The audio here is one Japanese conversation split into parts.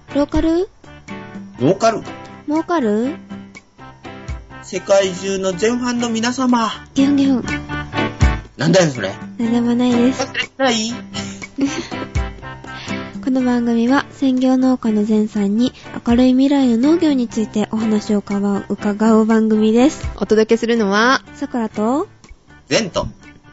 ローカル儲かる儲かる世界中の全ファンの皆様。 ギュンギュン。 なんだよそれ。 なんでもないです。 忘れてない？ この番組は専業農家の全さんに明るい未来の農業についてお話を伺う番組です。 お届けするのはさくらと全と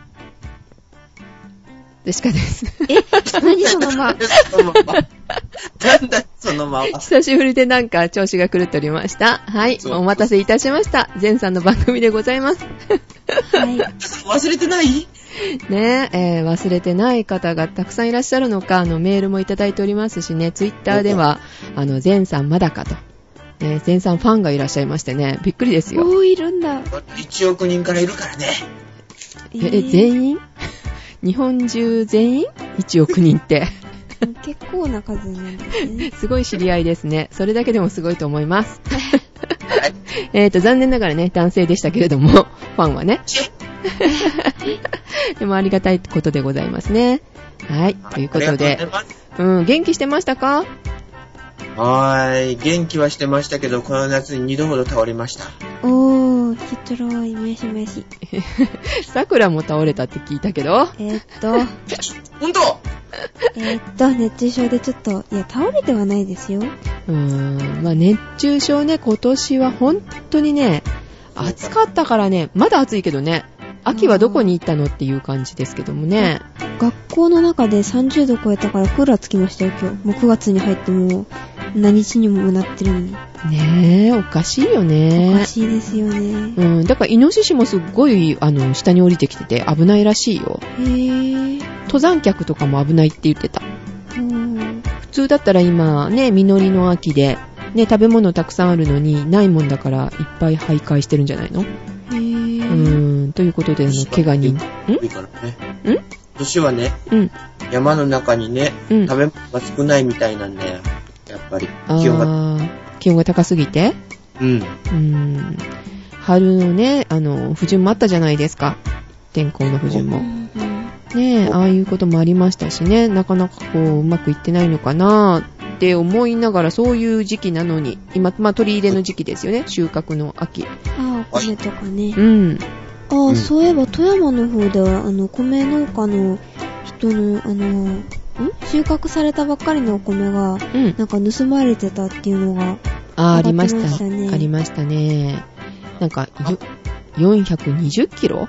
でしかです。 何そのまなんだそのまま。 久しぶりでなんか調子が狂っておりました。はい、お待たせいたしました。全さんの番組でございます。 はい。 忘れてない？ ねえ、忘れてない方がたくさんいらっしゃるのか、メールもいただいておりますしね、ツイッターでは全さんまだかと、全さんファンがいらっしゃいましてね、びっくりですよ。 いるんだ。 1億人からいるからね。 全員日本中全員1億人って結構な数なんですね。 すごい知り合いですね。それだけでもすごいと思います。残念ながらね、男性でしたけれども、ファンはね。でもありがたいことでございますね。はい、ということで、元気してましたか？ 元気はしてましたけど、この夏に2度ほど倒れました。 ひどい、めしめし。 さくらも倒れたって聞いたけど。 ほんと？ 熱中症でちょっと、いや、倒れてはないですよ。 まあ熱中症ね、今年は本当にね、暑かったからね、まだ暑いけどね、秋はどこに行ったのっていう感じですけどもね。 学校の中で30度超えたからクーラーつきましたよ、今日。もう9月に入ってもう何日にもなってるのに。 ねえ、おかしいよね。 おかしいですよね。 だからイノシシもすっごい下に降りてきてて危ないらしいよ。登山客とかも危ないって言ってた。普通だったら今ね、実りの秋でね、食べ物たくさんあるのにないもんだからいっぱい徘徊してるんじゃないの？ということで怪我人。 今年はね、山の中にね、食べ物が少ないみたいなんだよ。やっぱり気温が高すぎて。春のね、不順もあったじゃないですか。天候の不順も。ねえ、ああいうこともありましたしね、なかなかこう、うまくいってないのかなって思いながら、そういう時期なのに、今、取り入れの時期ですよね、収穫の秋。 お米とかね。そういえば、富山の方では、米農家の人の、収穫されたばっかりのお米が、なんか盗まれてたっていうのが、 ありましたね。ありましたね。なんか、420キロ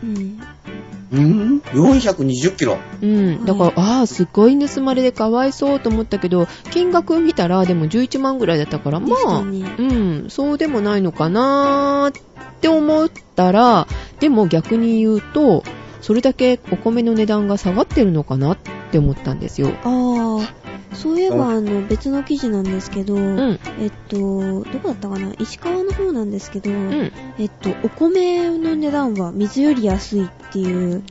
420キロ。 だから、すっごい盗まれでかわいそうと思ったけど、金額見たらでも11万ぐらいだったから、まあ、そうでもないのかなーって思ったら、でも逆に言うと、それだけお米の値段が下がってるのかなって思ったんですよ。 そういえば別の記事なんですけど、どこだったかな、石川の方なんですけど、お米の値段は水より安いっていう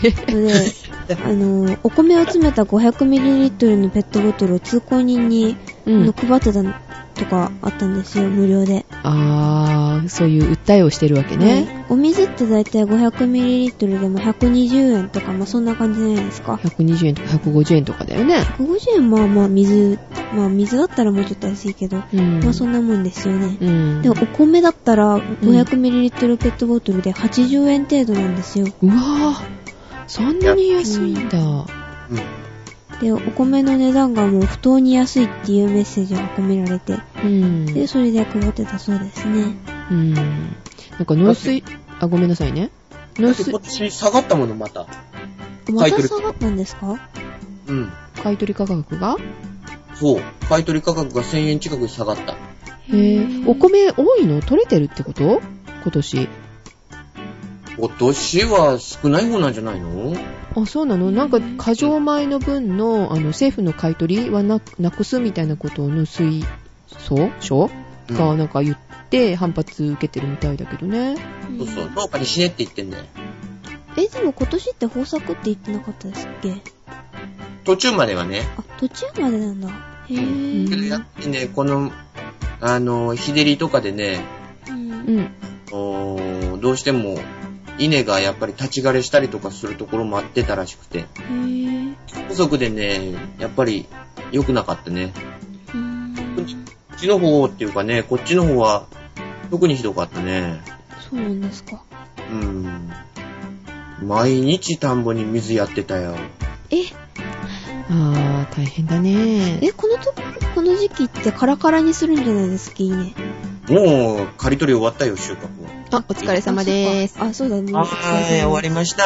ので、お米を詰めた 500ml のペットボトルを通行人に、配ってたとかあったんですよ、無料で。 そういう訴えをしてるわけね。 お水ってだいたい 500ml でも120円とか、そんな感じじゃないですか。 120円とか150円とかだよね。 150円水だったらもうちょっと安いけど、そんなもんですよね。でもお米だったら 500ml ペットボトルで80円程度なんですよ。 うわぁ、そんなに安いんだ。 で、お米の値段がもう不当に安いっていうメッセージが込められて、で、それで配ってたそうですね。 なんか農水、ごめんなさいね。 農水。今年下がったものまた下がったんですか？ 買い取り価格が？ そう。買い取り価格が1000円近く下がった。 お米多いの？取れてるってこと？今年。 今年は少ない方なんじゃないの？ そうなの？なんか過剰米の分の政府の買い取りはなくすみたいなことを農水省がなんか言って反発受けてるみたいだけどね。 そう農家に死ねって言ってんだよ。 でも今年って豊作って言ってなかったですっけ？ 途中まではね。 途中までなんだ。 けどやっぱりね、この日照りとかでね、どうしても稲がやっぱり立ち枯れしたりとかするところもあってたらしくて、不足でね、やっぱり良くなかったね。 こっちの方っていうかね、こっちの方は特にひどかったね。 そうなんですか。 毎日田んぼに水やってたよ。 大変だね。 この時期ってカラカラにするんじゃないですか、いいね。 もう、刈り取り終わったよ、収穫は。お疲れ様でーす。 そうだね。 終わりました。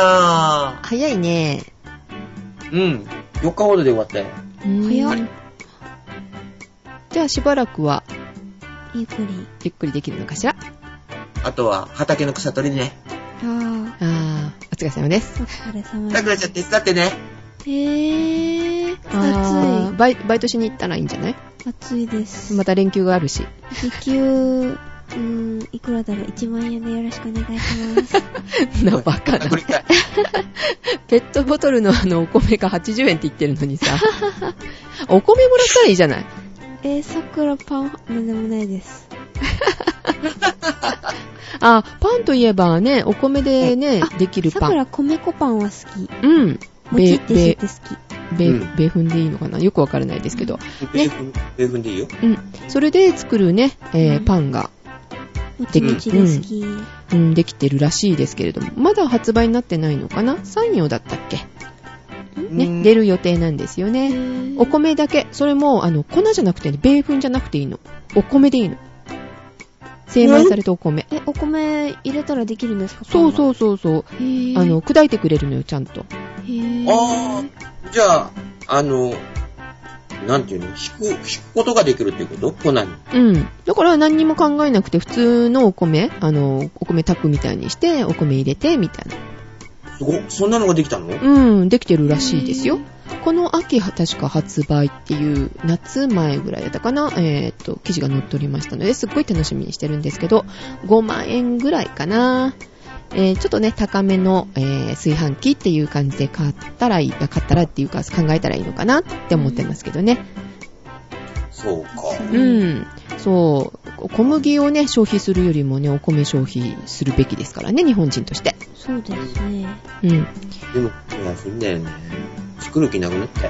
早いね。 4日ほどで終わったよ。 早い。 じゃあしばらくは、 ゆっくりできるのかしら。 あとは、畑の草取りね。 お疲れ様です。 お疲れ様です。 さくらちゃん手伝ってね。 暑い。 バイトしに行ったらいいんじゃない？ 暑いです。 また連休があるし。 時給、いくらだろう、1万円でよろしくお願いします。 な、バカな。ペットボトルのお米が80円って言ってるのにさ。お米もらったらいいじゃない。 さくらパン、なんでもないです。 パンといえばね、お米でね、できるパン。 さくら米粉パンは好き。もちってして好き。 米粉でいいのかな、よくわからないですけど。 米粉でいいよ。 それで作るね、パンが。 もちもちで好き。 できてるらしいですけれども。まだ発売になってないのかな？3葉だったっけ？ね、出る予定なんですよね。お米だけ。それも、粉じゃなくてね、米粉じゃなくていいの。お米でいいの。精米されたお米。 お米入れたらできるんですか？ そう。砕いてくれるのよ、ちゃんと。 じゃあ、なんていうの、引くことができるっていうこと？粉に。 だから何にも考えなくて、普通のお米、お米炊くみたいにして、お米入れて、みたいな。 すごい。そんなのができたの？ できてるらしいですよ。この秋、確か発売っていう、夏前ぐらいだったかな、記事が載っておりましたので、すっごい楽しみにしてるんですけど、5万円ぐらいかな。ちょっとね、高めの、炊飯器っていう感じで買ったらっていうか考えたらいいのかなって思ってますけどね。 そうか。 そう。小麦をね、消費するよりもね、お米消費するべきですからね、日本人として。 そうですね。 でも、安いんだよね。作る気なくなったよ。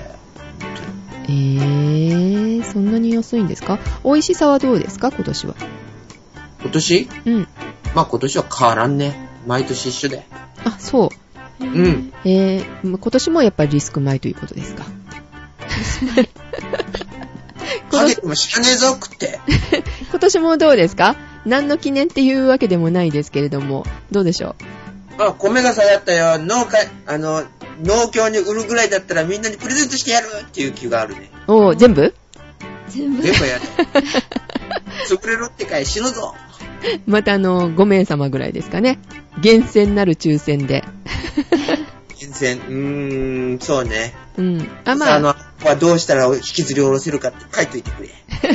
そんなに安いんですか？美味しさはどうですか、今年は？ 今年？まあ今年は変わらんね。毎年一緒で。 そう。今年もやっぱりリスク米ということですか？リスク米。 かけても知らねえぞ食って。 今年もどうですか？何の記念っていうわけでもないですけれども、どうでしょう？米が下がったよ。農協に売るぐらいだったらみんなにプレゼントしてやるっていう気があるね。 全部やる。潰れろってかい、死ぬぞ。 また5名様ぐらいですかね。厳選なる抽選で。 厳選、そうね。どうしたら引きずり下ろせるかって書いといてくれ。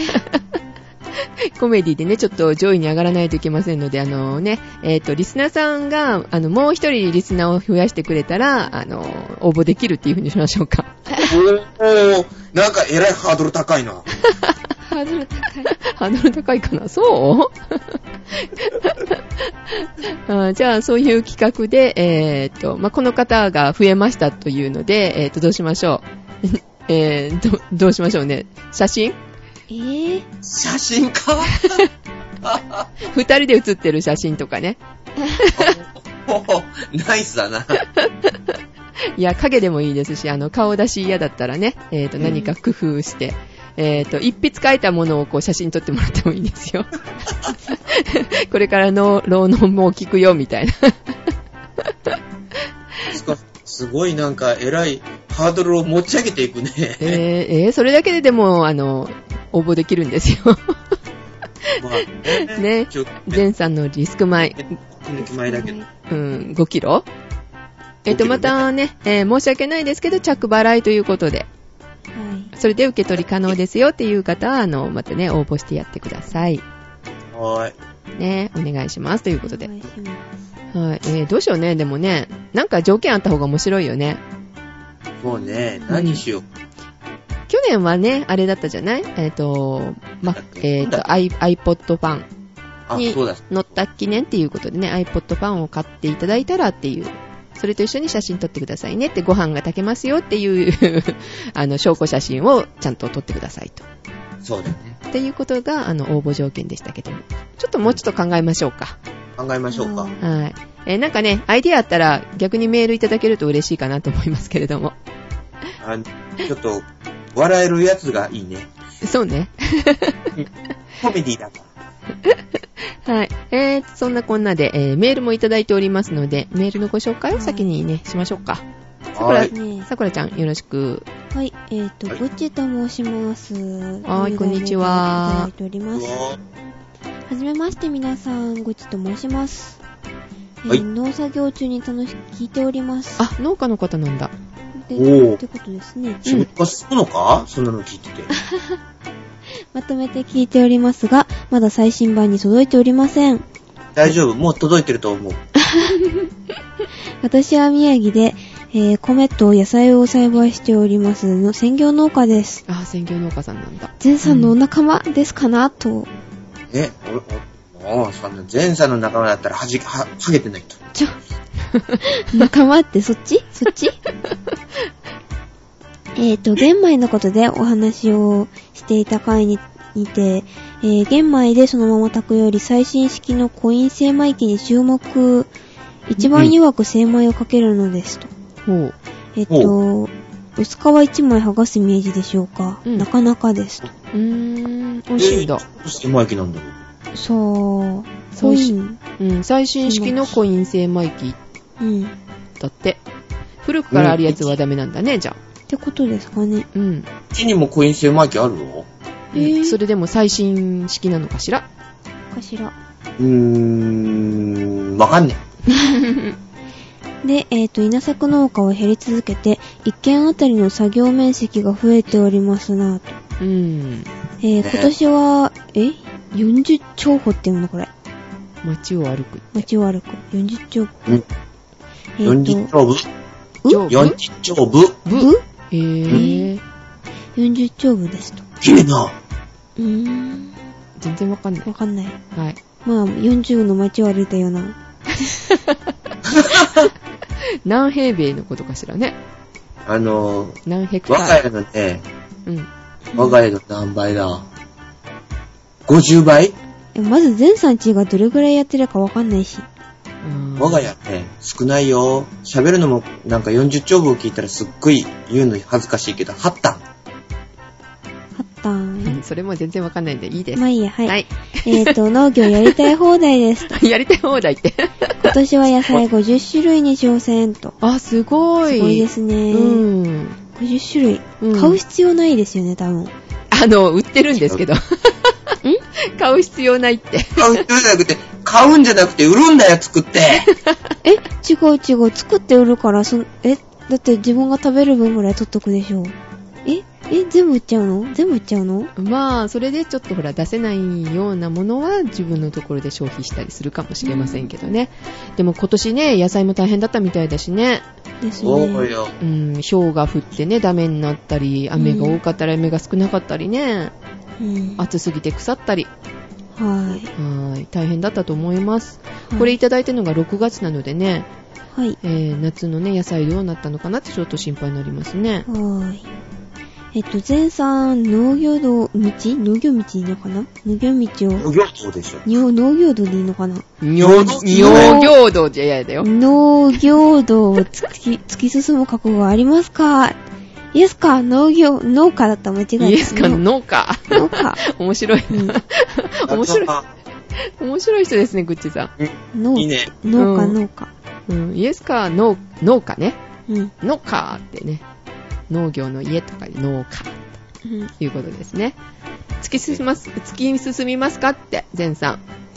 コメディでね、ちょっと上位に上がらないといけませんので、リスナーさんが、もう一人リスナーを増やしてくれたら、応募できるっていう風にしましょうか。 なんか偉いハードル高いな。 ハードル高い。 ハードル高いかな？そうじゃあ、そういう企画で、この方が増えましたというので、どうしましょう？どうしましょうね。写真？ 写真か二人で写ってる写真とかね。 ナイスだな。 いや、影でもいいですし、顔出し嫌だったらね、何か工夫して、一筆書いたものを写真撮ってもらってもいいですよ。これからの労農も聞くよ、みたいな。 すごいなんか偉いハードルを持ち上げていくね。 それだけででも、応募できるんですよ。ね。前さんのリスク米。 米だけど。 5キロ？またね、申し訳ないですけど、着払いということで。それで受け取り可能ですよっていう方は、またね、応募してやってください。ね、お願いしますということで。どうしようね、でもね、なんか条件あった方が面白いよね。 そうね、何しよう。 去年はね、あれだったじゃないiPod ファンに乗った記念っていうことでね、iPod ファンを買っていただいたらっていう、それと一緒に写真撮ってくださいねって、ご飯が炊けますよっていう証拠写真をちゃんと撮ってくださいと。 そうだね。 っていうことが、応募条件でしたけども。ちょっともうちょっと考えましょうか。 考えましょうか。 はい。なんかね、アイディアあったら逆にメールいただけると嬉しいかなと思いますけれども。 ちょっと、笑えるやつがいいね。 そうね。 コメディだから。 はい。そんなこんなで、メールもいただいておりますので、メールのご紹介を先にね、しましょうか。さくらちゃん、よろしく。 はい。ぐっちと申します。 はい、こんにちは。 いただいております。はじめまして、皆さん、ぐっちと申します。農作業中に楽しく聞いております。 あ、農家の方なんだ。 ってことですね。 仕事がするのか、そんなの聞いてて。 まとめて聞いておりますが、まだ最新版に届いておりません。 大丈夫、もう届いてると思う。 私は宮城で、米と野菜を栽培しておりますの専業農家です。 あ、専業農家さんなんだ。 前さんのお仲間ですかなと。 そんな前さんの仲間だったらはげてないと。 仲間ってそっち玄米のことでお話をしていた回にて、玄米でそのまま炊くより最新式のコイン精米機に注目、一番弱く精米をかけるのですと。薄皮1枚剥がすイメージでしょうか。なかなかですと。 美味しいんだ。 精米機なんだろう。 そう。 最新式のコイン精米機。だって。古くからあるやつはダメなんだね、じゃあ。 ってことですかね。 うちにもコイン精米機あるの？ それでも最新式なのかしら？ わかんねえ。で、稲作農家は減り続けて、1軒あたりの作業面積が増えておりますなぁと。今年は、40兆歩っていうのこれ。 街を歩く。 40兆歩。 40兆部？40兆部 40兆部ですと。 きれいな。 全然わかんない。はい。 まあ、40の街を歩いたような。 何平米のことかしらね。 何ヘクタール。我が家のね、我が家の何倍だ。50倍？ まず前産地がどれぐらいやってるかわかんないし。 我が家ね、少ないよ。喋るのもなんか40兆部を聞いたらすっごい言うの恥ずかしいけど、8単。 それも全然わかんないんでいいです。 まあいいや、はい。農業やりたい放題ですと。 やりたい放題って。 今年は野菜50種類に挑戦と。 あ、すごい。 すごいですね。50種類。買う必要ないですよね、多分。 売ってるんですけど。買う必要ないって。 買う必要じゃなくて、買うんじゃなくて売るんだよ、作って。 違う。作って売るから、だって自分が食べる分ぐらい取っとくでしょう。全部売っちゃうの？ まあ、それでちょっとほら出せないようなものは自分のところで消費したりするかもしれませんけどね。でも今年ね、野菜も大変だったみたいだしね。 ですね。 氷が降ってね、ダメになったり、雨が多かったり、雨が少なかったりね。暑すぎて腐ったり。大変だったと思います。これいただいたのが6月なのでね。夏のね、野菜どうなったのかなってちょっと心配になりますね。 前さん、農業道でいいのかな？農業道を。 農業道でしょ。 農業道でいいのかな？ 農業道じゃ嫌だよ。 農業道を突き進む覚悟はありますか？イエスか、農家だったら間違いない。 イエスか、農家。面白い。面白い人ですね、グッチさん。いいね。 農家。 イエスか、農家ね。農家ってね。農業の家とかで農家ということですね。突き進みますかって前さん。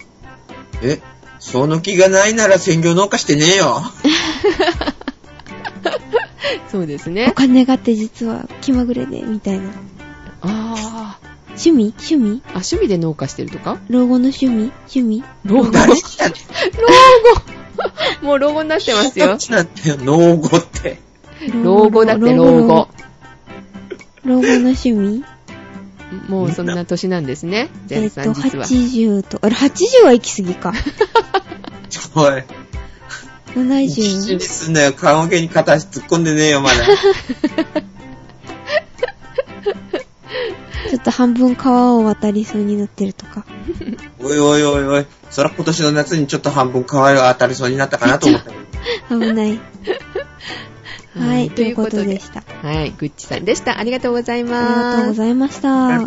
その気がないなら専業農家してねえよ。 そうですね。 お金があって実は気まぐれでみたいな。趣味趣味で農家してるとか？ 老後の趣味老後もう老後になってますよ。 なんだよ、老後って。 老後だって老後。 老後の趣味？ もうそんな年なんですね。前さん実は。 80と、80は行き過ぎか。 おい。 70。 何すんだよ、顔毛に片足突っ込んでねえよ、まだ。 ちょっと半分川を渡りそうになってるとか。 おいおいおいおい、そら今年の夏にちょっと半分川が当たりそうになったかなと思ったけど。危ない。はい、ということでした。 はい、ぐっちさんでした。ありがとうございます。 ありがとうございました。 はい、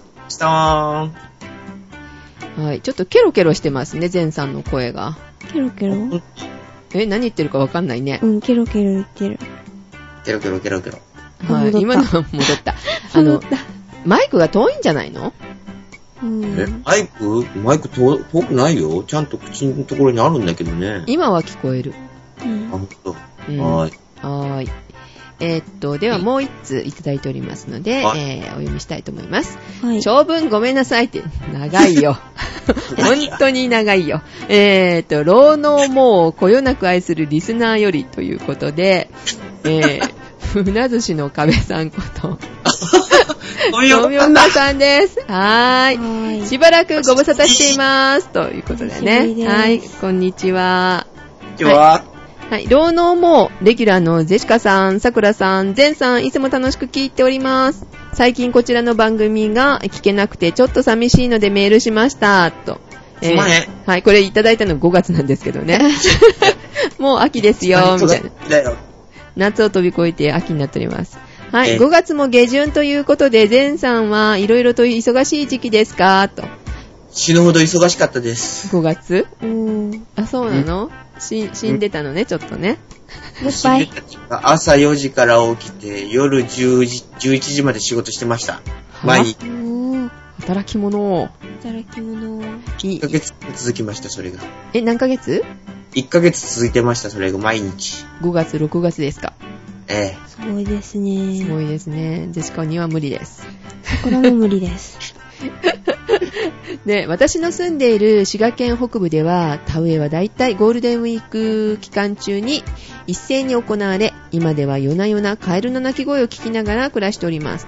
ちょっとケロケロしてますね、ゼンさんの声が。 ケロケロ？ 何言ってるかわかんないね。 ケロケロ言ってる。 ケロケロケロケロ。 はい、今のは戻った。マイクが遠いんじゃないの？ マイク遠くないよ。ちゃんと口のところにあるんだけどね。 今は聞こえる。 ほんと。 はい。ではもう一通いただいておりますので、お読みしたいと思います。はい、長文ごめんなさいって、長いよ。本当に長いよ。労農もこよなく愛するリスナーよりということで、船寿司の壁さんこと、富岡さんです。はーい。しばらくご無沙汰しています。ということでね。はい、こんにちは。 今日は、 はい、労農もレギュラーのジェシカさん、さくらさん、ゼンさん、いつも楽しく聞いております。最近こちらの番組が聞けなくてちょっと寂しいのでメールしました。と。はい、これいただいたの5月なんですけどね。もう秋ですよ、みたいな。夏を飛び越えて秋になっております。はい、5月も下旬ということで、ゼンさんはいろいろと忙しい時期ですかと。 死ぬほど忙しかったです。 5月？あ、そうなの？死んでたのね、ちょっとね。 朝4時から起きて、夜11時まで仕事してました。毎日。 働き者。 1ヶ月続きました、それが。 何ヶ月？ 1ヶ月続いてました、それが毎日。 5月、6月ですか。 すごいですね。 すごいですね。ジェシカには無理です。 桜も無理です。 で、私の住んでいる滋賀県北部では、田植えはだいたいゴールデンウィーク期間中に一斉に行われ、今では夜な夜なカエルの鳴き声を聞きながら暮らしております。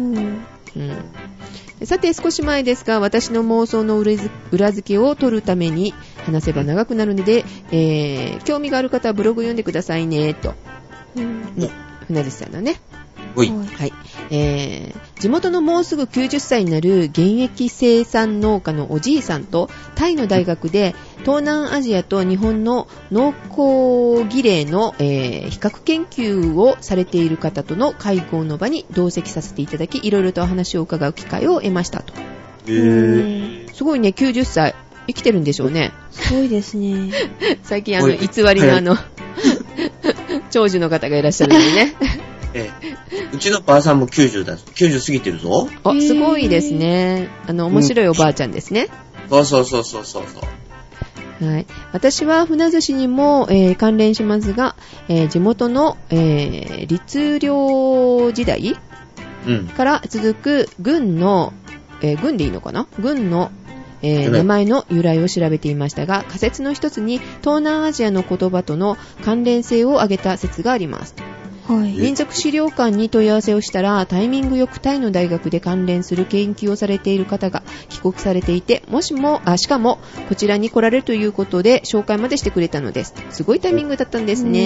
さて少し前ですが、私の妄想の裏付けを取るために話せば長くなるので、興味がある方はブログ読んでくださいねと。船寿さんのね。 はい。 地元のもうすぐ90歳になる現役生産農家のおじいさんとタイの大学で東南アジアと日本の農耕儀礼の、比較研究をされている方との会合の場に同席させていただき、いろいろとお話を伺う機会を得ましたと。すごいね、90歳生きてるんでしょうね。 すごいですね。 最近偽りの長寿の方がいらっしゃるのにね。 うちのばあさんも90過ぎてるぞ。 すごいですね。面白いおばあちゃんですね。 そう。 はい。私は船寿司にも、関連しますが、地元の、律令時代、から続く軍の、軍でいいのかな？軍の、名前の由来を調べていましたが、仮説の一つに東南アジアの言葉との関連性を挙げた説があります。民族資料館に問い合わせをしたら、タイミングよくタイの大学で関連する研究をされている方が帰国されていて、しかもこちらに来られるということで紹介までしてくれたのです。すごいタイミングだったんですね。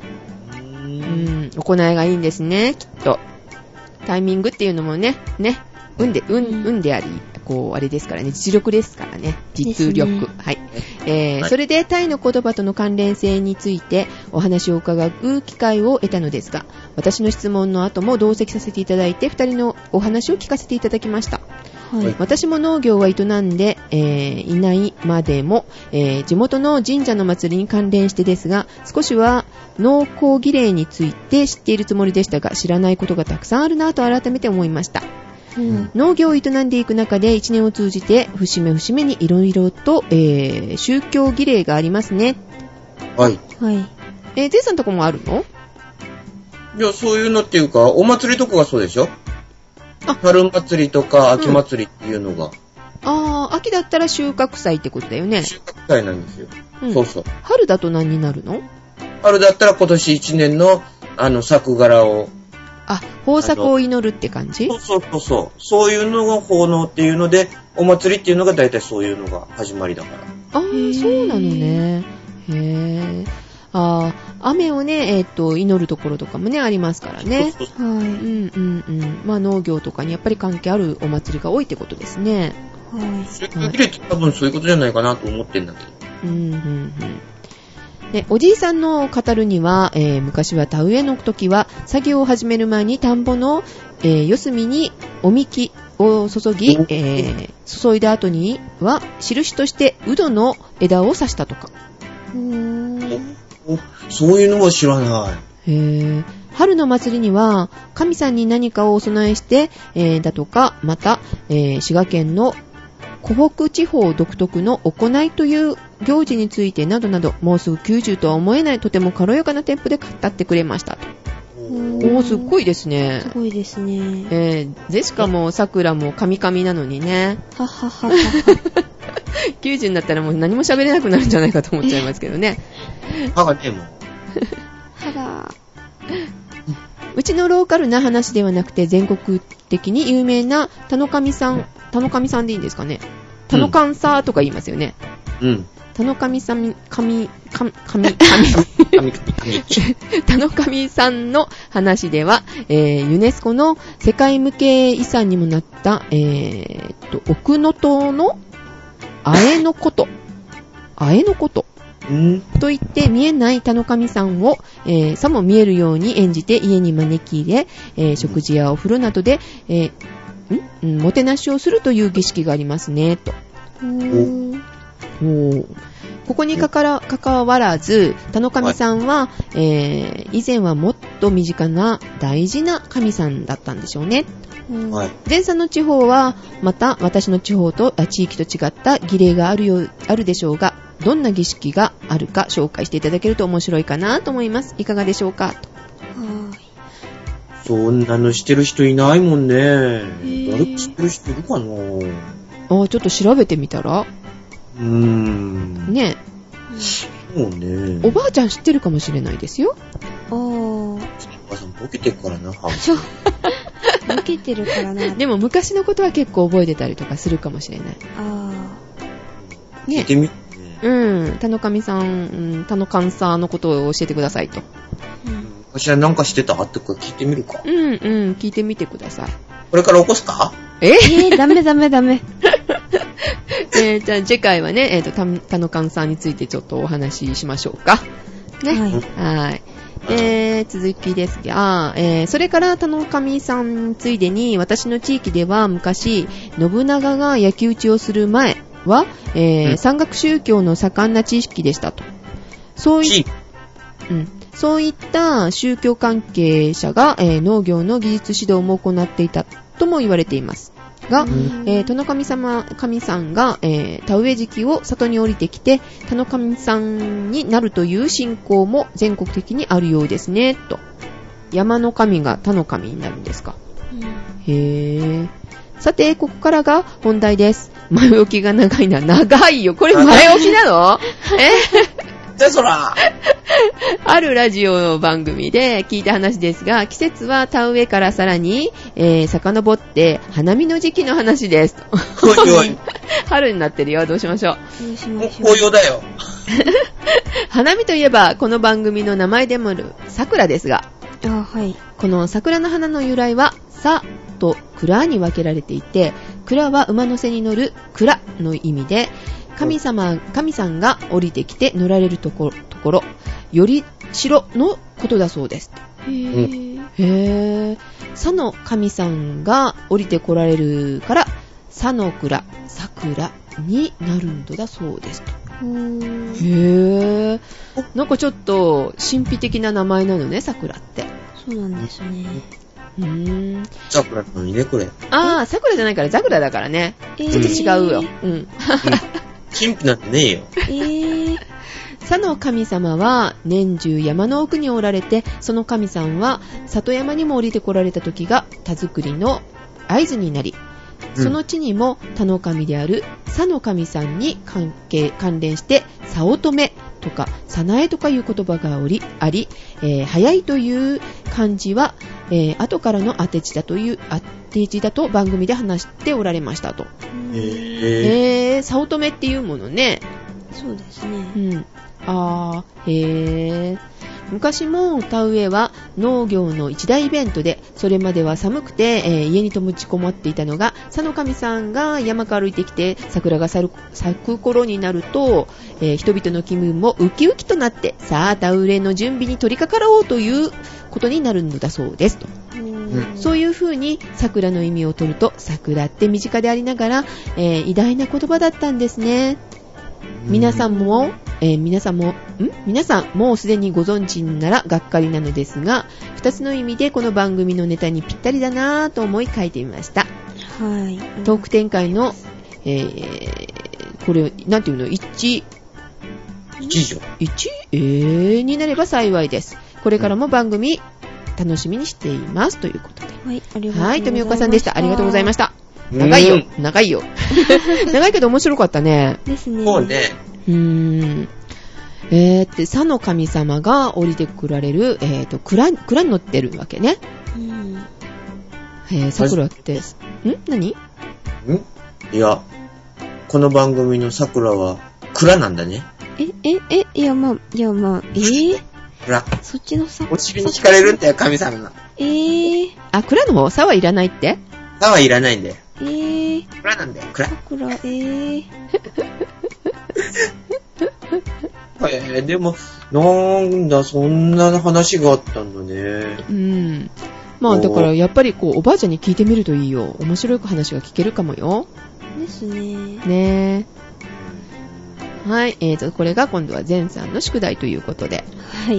行いがいいんですね、きっと。タイミングっていうのもね、運であり、あれですからね、実力ですからね、実力。はい。それでタイの言葉との関連性についてお話を伺う機会を得たのですが、私の質問の後も同席させていただいて、2人のお話を聞かせていただきました。私も農業は営んで、いないまでも、地元の神社の祭りに関連してですが、少しは農耕儀礼について知っているつもりでしたが、知らないことがたくさんあるなと改めて思いました。農業を営んでいく中で1年を通じて節目節目にいろいろと、宗教儀礼がありますね。 はい。 ゼイさんとこもあるの？ いや、そういうのっていうか、お祭りとかがそうでしょ？春祭りとか秋祭りっていうのが。 秋だったら収穫祭ってことだよね。 収穫祭なんですよ。そう。 春だと何になるの？ 春だったら今年1年の、作柄を。 豊作を祈るって感じ？ そう。そういうのが奉納っていうので、お祭りっていうのが大体そういうのが始まりだから。 そうなのね。へー。 雨をね、祈るところとかもね、ありますからね。 はい。 まあ農業とかにやっぱり関係あるお祭りが多いってことですね。 はい。それ限れって多分そういうことじゃないかなと思ってんだけど。 でおじいさんの語るには、昔は田植えの時は作業を始める前に田んぼの、四隅におみきを注ぎ、注いだ後には印としてウドの枝を刺したとか。 そういうのは知らない。 春の祭りには神さんに何かをお供えして、だとか、また、滋賀県の湖北地方独特の行いという行事についてなどなど、もうすぐ90とは思えないとても軽やかなテンポで語ってくれましたと。すっごいですね。 すごいですね。 でしかも桜もカミカミなのにね。 はははは。 90になったらもう何も喋れなくなるんじゃないかと思っちゃいますけどね。 歯がねもう。 歯が。 うちのローカルな話ではなくて全国的に有名な田の神さんでいいんですかね。田の神さとか言いますよね。田の神さん、田の神さんの話では、ユネスコの世界無形遺産にもなった、奥能登のあえのことといって見えない田の神さんを、さも見えるように演じて家に招き入れ、食事やお風呂などで、もてなしをするという儀式がありますねと。ここにかかわらず田の神さんは、以前はもっと身近な大事な神さんだったんでしょうね。前さんの地方はまた私の地域と違った儀礼があるでしょうが、どんな儀式があるか紹介していただけると面白いかなと思います。いかがでしょうかと。 そんなのしてる人いないもんね。誰か知ってる人いるかな。 ちょっと調べてみたら。ねえ。 そうね。 おばあちゃん知ってるかもしれないですよ。 お母さんボケてるからな。 ボケてるからな。 でも昔のことは結構覚えてたりとかするかもしれない。 ね。聞いてみてね。田の神さん、田の神さんのことを教えてくださいと。 私は何かしてたって聞いてみるか。 聞いてみてください。 これから起こすか？ ダメ。 じゃあ次回はね、田の神さんについてちょっとお話ししましょうか。ね。はい。続きですが、それから田の神さんついでに、私の地域では昔、信長が焼き討ちをする前は、山岳宗教の盛んな地域でしたと。そういった宗教関係者が、農業の技術指導も行っていたとも言われていますが、田の神さんが、田植え時期を里に降りてきて田の神さんになるという信仰も全国的にあるようですねと。山の神が田の神になるんですか。さてここからが本題です。前置きが長いな。長いよこれ。前置きなの？ そらあるラジオ番組で聞いた話ですが、季節は田植えからさらに、遡って花見の時期の話です。春になってるよ。どうしましょう。 紅葉だよ。 花見といえばこの番組の名前でもある桜ですが、この桜の花の由来はさと蔵に分けられていて、蔵は馬の背に乗る蔵の意味で、神さんが降りてきて乗られるところ、より城のことだそうです。さの神さんが降りてこられるから、さの蔵、桜になるんだそうです。なんかちょっと神秘的な名前なのね、桜って。 そうなんですね。 桜なのにね、これ。 桜じゃないからザクラだからね。ちょっと違うよ。 神秘なんてねえよ。 さの神様は年中山の奥におられて、その神さんは里山にも降りてこられた時が田作りの合図になり、その地にも田の神であるさの神さんに関連してさおとめとかさなえとかいう言葉があり、早いという漢字は、後からの当て字だと番組で話しておられましたと。さおとめっていうものね。 そうですね。 へー。昔も田植えは農業の一大イベントで、それまでは寒くて、家に閉じこもっていたのが、佐野神さんが山から歩いてきて桜が咲く頃になると、人々の気分もウキウキとなって、さあ田植えの準備に取り掛かろうということになるのだそうですと。そういう風に桜の意味を取ると、桜って身近でありながら、偉大な言葉だったんですね。皆さんもうすでにご存知ならがっかりなのですが、2つの意味でこの番組のネタにぴったりだなぁと思い書いてみました。はい。トーク展開の、これなんていうの、1になれば幸いです。これからも番組楽しみにしていますということで。はい、ありがとうございました。はい、富岡さんでした。ありがとうございました。長いよ。長いけど面白かったね。 ですね。 そうね。 佐の神様が降りてくられる、蔵に乗ってるわけね。桜って、何？ いや、この番組の桜は蔵なんだね。 いや、まあ、 蔵。 そっちのさ。 お尻に惹かれるんだよ、神様が。 蔵の方？さはいらないって？ さはいらないんだよ。蔵なんだよ、蔵。 桜、 でも、なんだ、そんな話があったんだね。 まあ、だから、やっぱりおばあちゃんに聞いてみるといいよ。面白い話が聞けるかもよ。 ですね。 ねえ。はい、これが今度は前さんの宿題ということで。 はい。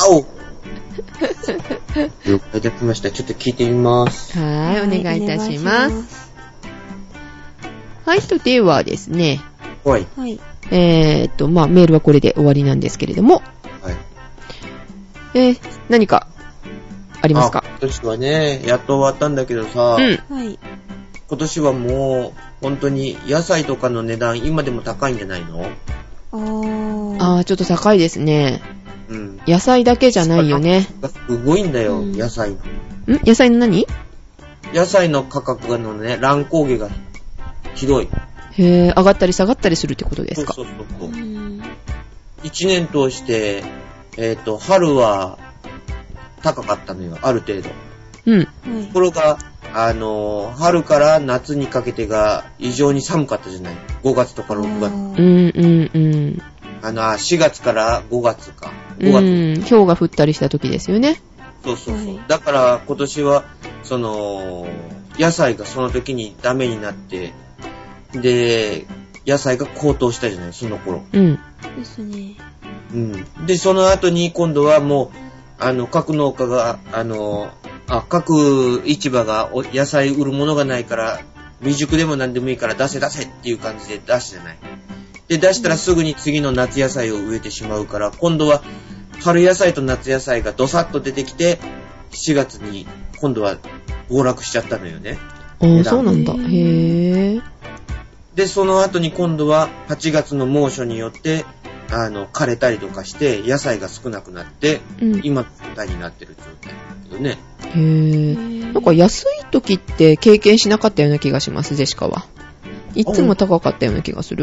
了解いただきました。ちょっと聞いてみます。 はい、お願いいたします。はい、ではですね。 はい。 まあ、メールはこれで終わりなんですけれども。はい。何かありますか？ 今年はね、やっと終わったんだけどさ、はい。今年はもう、本当に野菜とかの値段、今でも高いんじゃないの？ ちょっと高いですね。野菜だけじゃないよね。 すごいんだよ、野菜の。 野菜の何？ 野菜の価格のね、乱高下がひどい。 上がったり下がったりするってことですか？ そう。一年通して、春は高かったのよ、ある程度。ところが、春から夏にかけてが異常に寒かったじゃない。5月とか6月。4月から5月か。 5月。氷が降ったりした時ですよね。 そう。だから今年は、野菜がその時にダメになって、で、野菜が高騰したじゃない、その頃。 ですね。 で、その後に今度はもう、各農家が、各市場が野菜売るものがないから、未熟でも何でもいいから出せっていう感じで出すじゃない。で、出したらすぐに次の夏野菜を植えてしまうから、今度は春野菜と夏野菜がドサッと出てきて、4月に今度は暴落しちゃったのよね。 そうなんだ。へー。 で、その後に今度は8月の猛暑によって、枯れたりとかして、野菜が少なくなって、今の状態になってる状態だけどね。 なんか安い時って経験しなかったような気がします、ジェシカは。いつも高かったような気がする。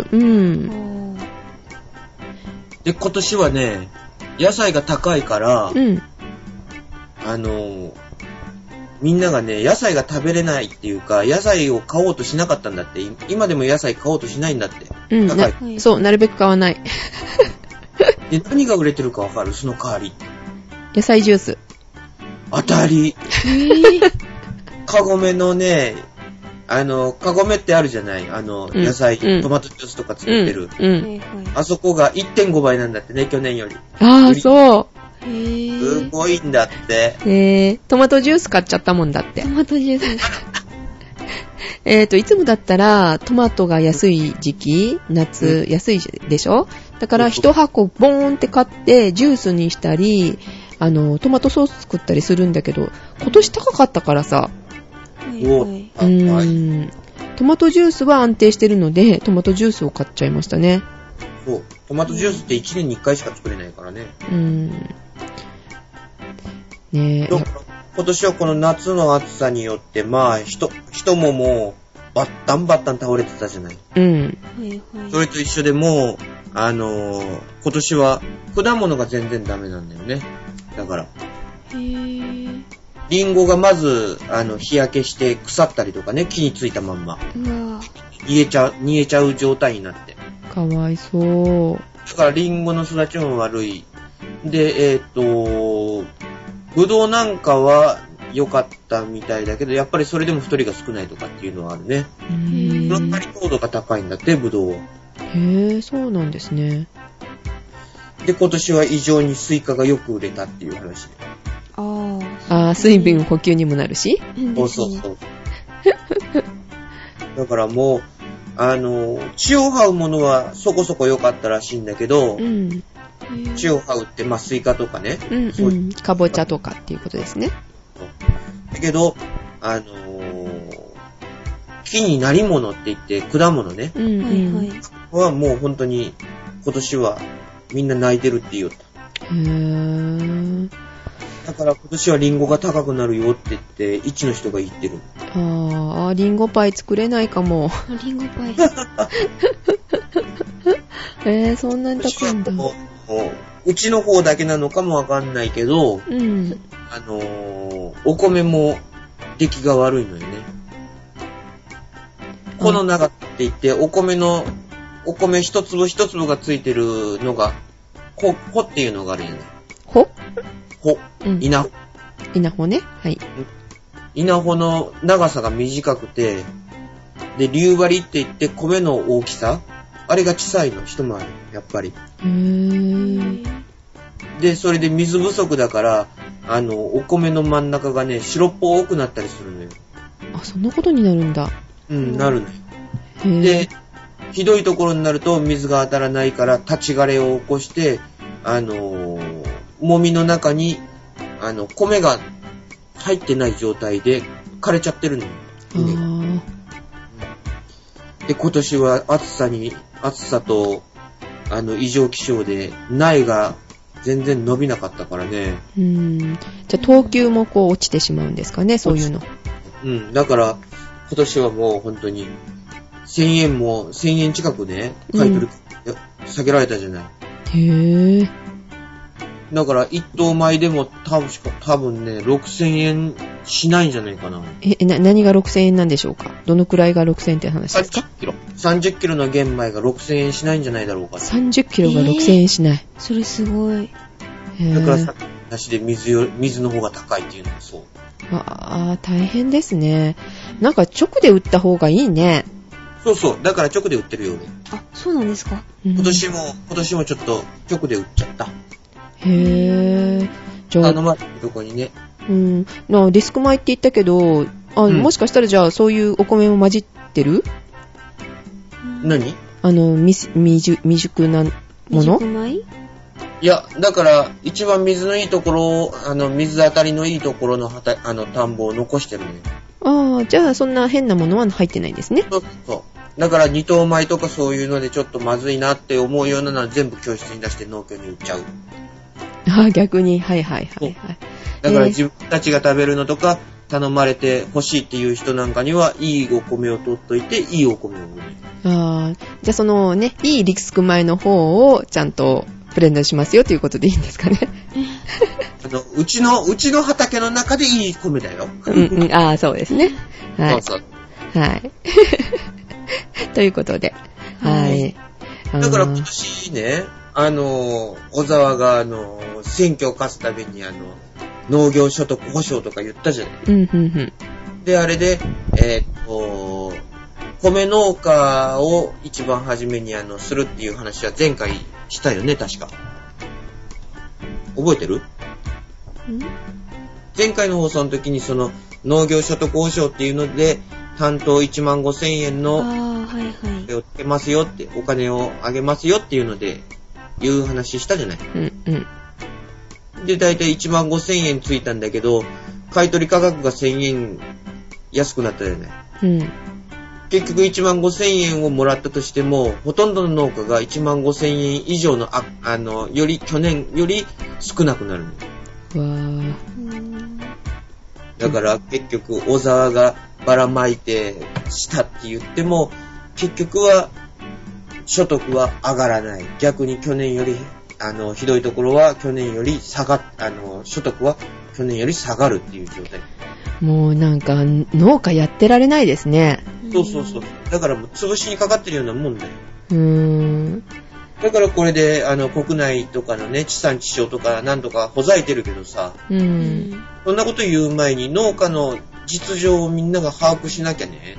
で、今年はね、野菜が高いから、みんながね、野菜が食べれないっていうか、野菜を買おうとしなかったんだって。今でも野菜買おうとしないんだって。高い。 そう、なるべく買わない。 で、何が売れてるかわかる？その代わり。 野菜ジュース。 当たり。カゴメのね、カゴメってあるじゃない？野菜、トマトジュースとか作ってる。あそこが 1.5 倍なんだってね、去年より。 そう。 すごいんだって。 トマトジュース買っちゃったもんだって。 トマトジュース。いつもだったら、トマトが安い時期、夏、安いでしょ？だから、一箱ボーンって買って、ジュースにしたり、トマトソース作ったりするんだけど、今年高かったからさ。トマトジュースは安定してるので、トマトジュースを買っちゃいましたね。 そう。トマトジュースって1年に1回しか作れないからね。 ねえ。 今年はこの夏の暑さによって、まあ、人ももう、バッタン倒れてたじゃない。 うん。 それと一緒でもう、 今年は果物が全然ダメなんだよね。だから。リンゴがまず、日焼けして腐ったりとかね、木についたまんま。煮えちゃう状態になって。 かわいそう。 だからリンゴの育ちも悪い。で、ブドウなんかは良かったみたいだけど、やっぱりそれでも太りが少ないとかっていうのはあるね。やっぱり糖度が高いんだって、ブドウは。 へえ、そうなんですね。 で、今年は異常にスイカがよく売れたっていう話で。 水分補給にもなるし。 そうそうそう。だからもう、血を這うものはそこそこ良かったらしいんだけど、血を這うって、スイカとかね。 かぼちゃとかっていうことですね。 だけど、木になり物って言って果物ね。はもう本当に今年はみんな泣いてるって言った。だから今年はリンゴが高くなるよって言って1の人が言ってる。 リンゴパイ作れないかも。 リンゴパイ。そんなに高いんだ。 うちの方だけなのかもわかんないけど、お米も出来が悪いのよね。この長って言って、お米一粒一粒がついてるのが、穂っていうのがあるよね。 穂？ 稲穂。 稲穂ね。はい。 稲穂の長さが短くて、で、粒張りって言って米の大きさ、あれが小さいの、一回り、やっぱり。で、それで水不足だから、お米の真ん中がね、白っぽくなったりするのよ。 そんなことになるんだ。 なるのよ。で、ひどいところになると水が当たらないから立ち枯れを起こして、もみの中に、米が入ってない状態で枯れちゃってるのよ。で、今年は暑さと、異常気象で苗が全然伸びなかったからね。 じゃあ、等級も落ちてしまうんですかね、そういうの。 だから、今年はもう本当に、1000円近くね、買い取り、下げられたじゃない。だから、一等米でも多分ね、6000円しないんじゃないかな。 何が6000円なんでしょうか？どのくらいが6000円って話ですか ？30キロの玄米が6000円しないんじゃないだろうか。 30キロが6000円しない。 それすごい。 だからさっきの話で水の方が高いっていうのもそう。 大変ですね。なんか直で売った方がいいね。 そう。だから直で売ってるよね。 そうなんですか。 今年もちょっと直で売っちゃった。 じゃあ、 まるとこにね。 リスク米って言ったけど、もしかしたらじゃあそういうお米も混じってる？ 何？ 未熟なもの？ いや、だから、一番水のいいところを、水当たりのいいところの田んぼを残してるね。 じゃあそんな変なものは入ってないんですね。 そう。だから二等米とかそういうのでちょっとまずいなって思うようなのは全部教室に出して農協に売っちゃう。 逆に。はい。 だから自分たちが食べるのとか、頼まれて欲しいっていう人なんかには、いいお米を取っといて、いいお米を売る。 じゃあそのね、いいリスク米の方をちゃんとブレンドしますよということでいいんですかね。 うちの畑の中でいい米だよ。 そうですね。はい。 そう。 はい。ということで。はい。 だから今年ね、小沢が選挙を勝つために農業所得保障とか言ったじゃない。で、あれで、米農家を一番初めにするっていう話は前回したよね、確か。覚えてる？前回の放送の時に農業所得保障っていうので、担当15,000円の、をつけますよって、お金をあげますよっていうので、いう話したじゃない。で、だいたい15,000円ついたんだけど、買い取り価格が1,000円安くなったじゃない。結局15,000円をもらったとしても、ほとんどの農家が15,000円以上の、去年より少なくなるの。だから結局、小沢がばらまいてしたって言っても、結局は、 所得は上がらない。逆に去年より、ひどいところは去年より所得は去年より下がるっていう状態。 もうなんか農家やってられないですね。 そうそうそう。だからもう潰しにかかってるようなもんだよ。だからこれで国内とかのね地産地消とかなんとかほざいてるけどさ、そんなこと言う前に農家の実情をみんなが把握しなきゃね。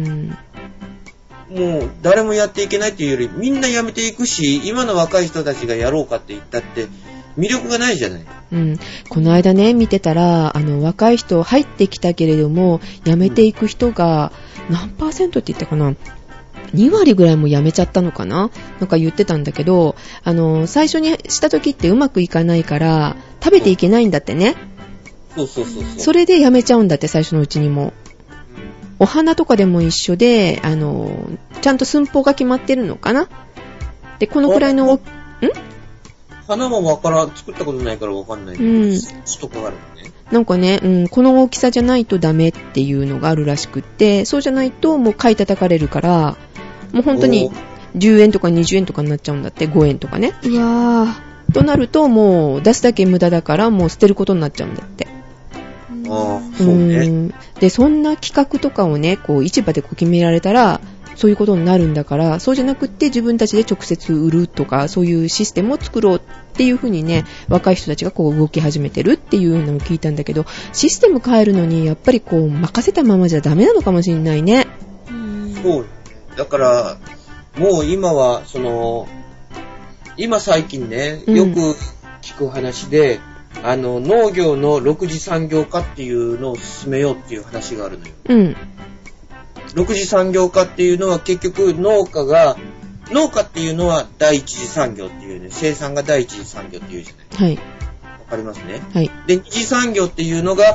もう誰もやっていけないっていうよりみんなやめていくし、今の若い人たちがやろうかって言ったって魅力がないじゃない。 この間ね見てたら若い人入ってきたけれども辞めていく人が何%って言ったかな、2割ぐらいも辞めちゃったのかな、なんか言ってたんだけど、最初にした時ってうまくいかないから食べていけないんだってね。それで辞めちゃうんだって、最初のうちにも。お花とかでも一緒でちゃんと寸法が決まってるのかな。でこのくらいの花もわからん、作ったことないからわかんないけど、ストックがあるのね。 なんかね、この大きさじゃないとダメっていうのがあるらしくって、そうじゃないともう買い叩かれるから、もう本当に10円とか20円とかになっちゃうんだって、5円とかね。 いやー。 となるともう出すだけ無駄だからもう捨てることになっちゃうんだって。 そうね。 で、そんな企画とかをね、こう市場でこう決められたら、そういうことになるんだから、そうじゃなくって自分たちで直接売るとか、そういうシステムを作ろうっていうふうにね、若い人たちがこう動き始めてるっていうのを聞いたんだけど、システム変えるのにやっぱりこう任せたままじゃダメなのかもしれないね。 そう。だからもう今は今最近ね、よく聞く話で、農業の6次産業化っていうのを進めようっていう話があるのよ。6次産業化っていうのは結局農家っていうのは第一次産業っていうね、生産が第一次産業っていうじゃない。わかりますね。で、二次産業っていうのが、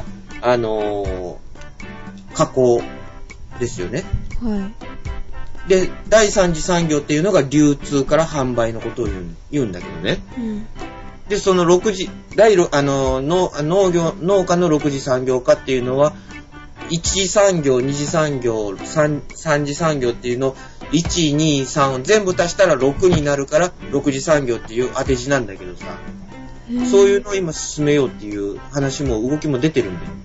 加工ですよね。で、第三次産業っていうのが流通から販売のことを言うんだけどね。で、その農家の6次産業化っていうのは、1次産業、2次産業、3次産業っていうのを1、2、3全部足したら6になるから6次産業っていう当て字なんだけどさ、そういうのを今進めようっていう話も動きも出てるんだよ。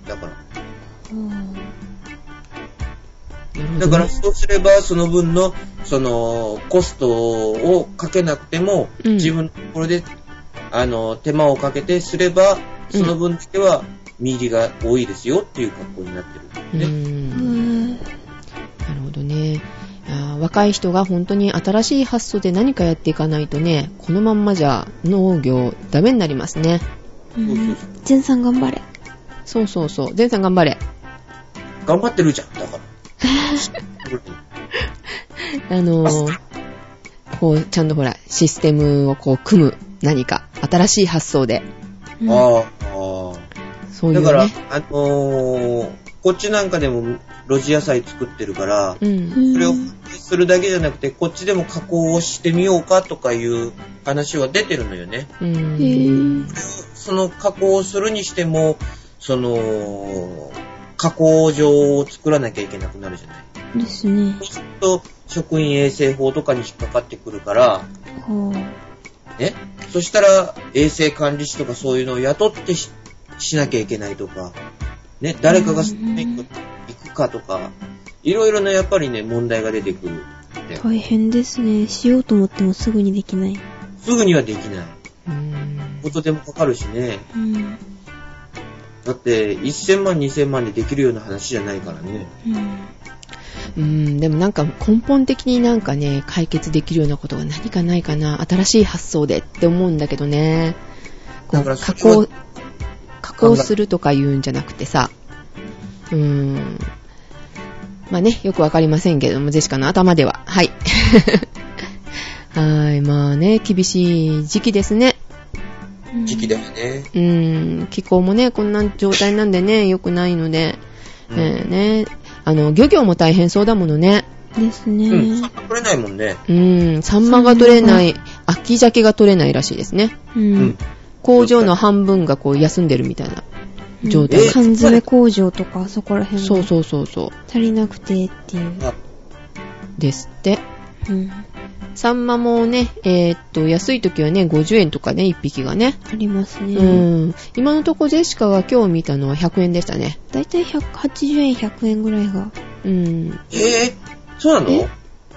だからそうすればその分のコストをかけなくても、自分のところで手間をかけてすればその分だけは見入りが多いですよっていう格好になってるんだよね。 なるほどね。若い人が本当に新しい発想で何かやっていかないとね、このまんまじゃ農業ダメになりますね。 全さん頑張れ。 そう全さん頑張れ。 頑張ってるじゃん。だからこうちゃんとほらシステムをこう組む、何か新しい発想で。そういうね。だからこっちなんかでも露地野菜作ってるから、それをするだけじゃなくてこっちでも加工をしてみようかとかいう話は出てるのよね。その加工をするにしても加工場を作らなきゃいけなくなるじゃないですね。 そうすると食品衛生法とかに引っかかってくるからね、そしたら衛生管理士とかそういうのを雇ってしなきゃいけないとかね、誰かが行くかとかいろいろなやっぱりね問題が出てくる。 大変ですね。しようと思ってもすぐにできない。 すぐにはできない。ことでもかかるしね。だって1000万2000万でできるような話じゃないからね。 でもなんか根本的になんかね解決できるようなことが何かないかな、新しい発想でって思うんだけどね。だから加工するとか言うんじゃなくてさ、まあね、よくわかりませんけれども、ジェシカの頭でははいまあね、厳しい時期ですね。 時期だよね。 気候もねこんな状態なんでね良くないので、漁業も大変そうだものね。 ですね。 サンマ取れないもんね。 サンマが取れない、秋鮭が取れないらしいですね。工場の半分がこう休んでるみたいな状態。 缶詰工場とかそこら辺そう足りなくてっていうですって。 サンマもね、安い時はね、50円とかね、1匹がね。 ありますね。 今のとこジェシカが今日見たのは100円でしたね。 だいたい180円、100円ぐらいが。 そうなの？今日、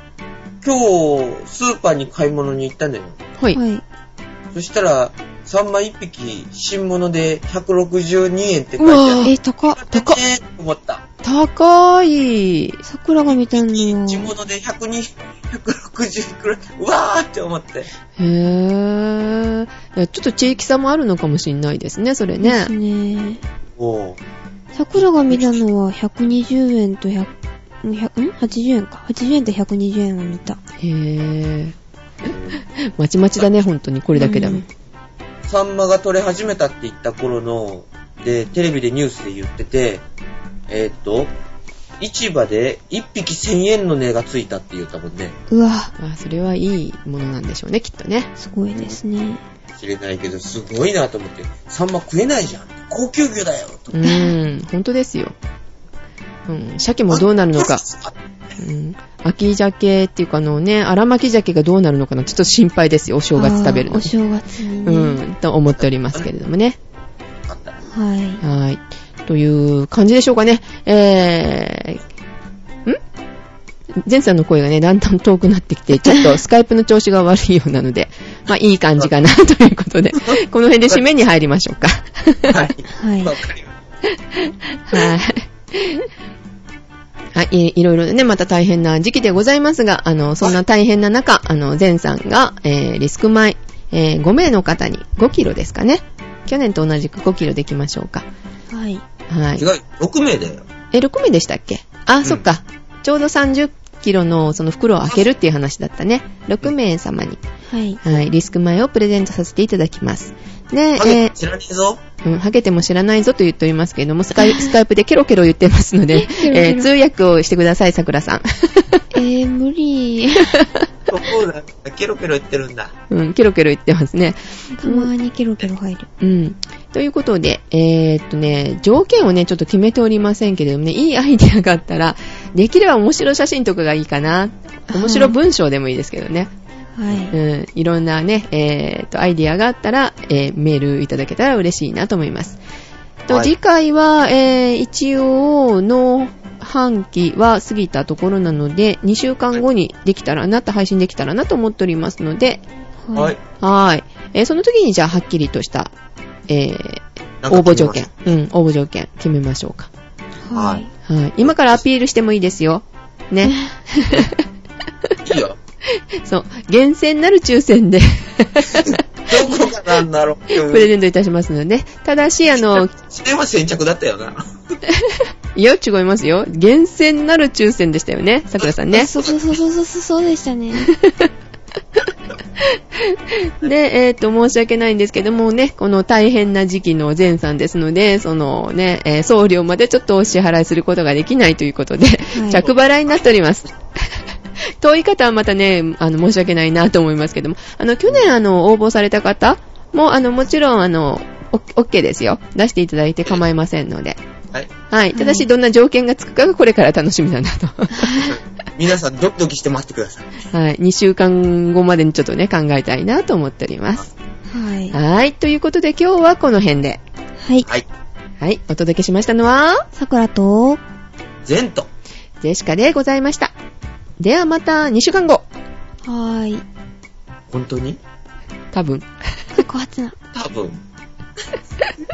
スーパーに買い物に行ったんだよ。 はい。 そしたら、サンマ1匹、新物で162円って書いてある。 高っ。 と思った。 高い。 桜が見たんだよ。 新物で160くらい、うわーって思って。 ちょっと地域差もあるのかもしれないですね、それね。 ですね。桜が見たのは120円と80円か。80円と120円を見た。 まちまちだね、本当に。これだけだもん。 サンマが取れ始めたって言った頃の、で、テレビでニュースで言ってて、市場で1匹1000円の値がついたって言ったもんね。 うわ。 それはいいものなんでしょうね、きっとね。 すごいですね。 知れないけど、すごいなと思って、サンマ食えないじゃん。高級魚だよ。 本当ですよ。鮭もどうなるのか。秋鮭っていうか荒巻鮭がどうなるのかな、ちょっと心配ですよ、お正月食べるの。 お正月にね。 と思っておりますけれどもね。 はい。 という感じでしょうかね。前さんの声がね、だんだん遠くなってきて、ちょっとスカイプの調子が悪いようなので、いい感じかなということで、この辺で締めに入りましょうか。 はい。わかります。はい。いろいろね、また大変な時期でございますが、そんな大変な中、前さんが、リスク米、5名の方に5キロですかね。去年と同じく5キロできましょうか。 はい。 違う、6名だよ。 6名でしたっけ？そっか。ちょうど30キロのその袋を開けるっていう話だったね。6名様に。はい。リスク米をプレゼントさせていただきます。 で、知らないぞ。 ハゲても知らないぞと言っておりますけれども、スカイプでケロケロ言ってますので、通訳をしてください、さくらさん。 無理。 そうだ。ケロケロ言ってるんだ。 ケロケロ言ってますね。 たまにケロケロ入る。 ということで、条件をね、ちょっと決めておりませんけれどもね、いいアイデアがあったら、できれば面白写真とかがいいかな。面白文章でもいいですけどね。いろんなね、アイデアがあったら、メールいただけたら嬉しいなと思います。次回は、一応の半期は過ぎたところなので、2週間後にできたらなと、配信できたらなと思っておりますので、その時にじゃあはっきりとした、応募条件、応募条件決めましょうか。今からアピールしてもいいですよ。ね。 いいよ。 そう、厳選なる抽選でどこかなんだろう。 プレゼントいたしますので、ただしそれは先着だったよな。 いや、違いますよ。厳選なる抽選でしたよね、さくらさんね。 そうでしたね。 で、申し訳ないんですけどもね、この大変な時期の前さんですので、送料までちょっとお支払いすることができないということで、着払いになっております。遠い方はまたね、申し訳ないなと思いますけども、去年応募された方も、もちろんOK ですよ。出していただいて構いませんので。はい。ただし、どんな条件がつくかがこれから楽しみだなと。 皆さん、ドキドキして待ってください。 はい。2週間後までにちょっとね、考えたいなと思っております。はい。ということで、今日はこの辺で。はい。お届けしましたのは、 さくらと、 ゼント、 ジェシカでございました。ではまた2週間後。 本当に？ 多分。 過去初な。 多分。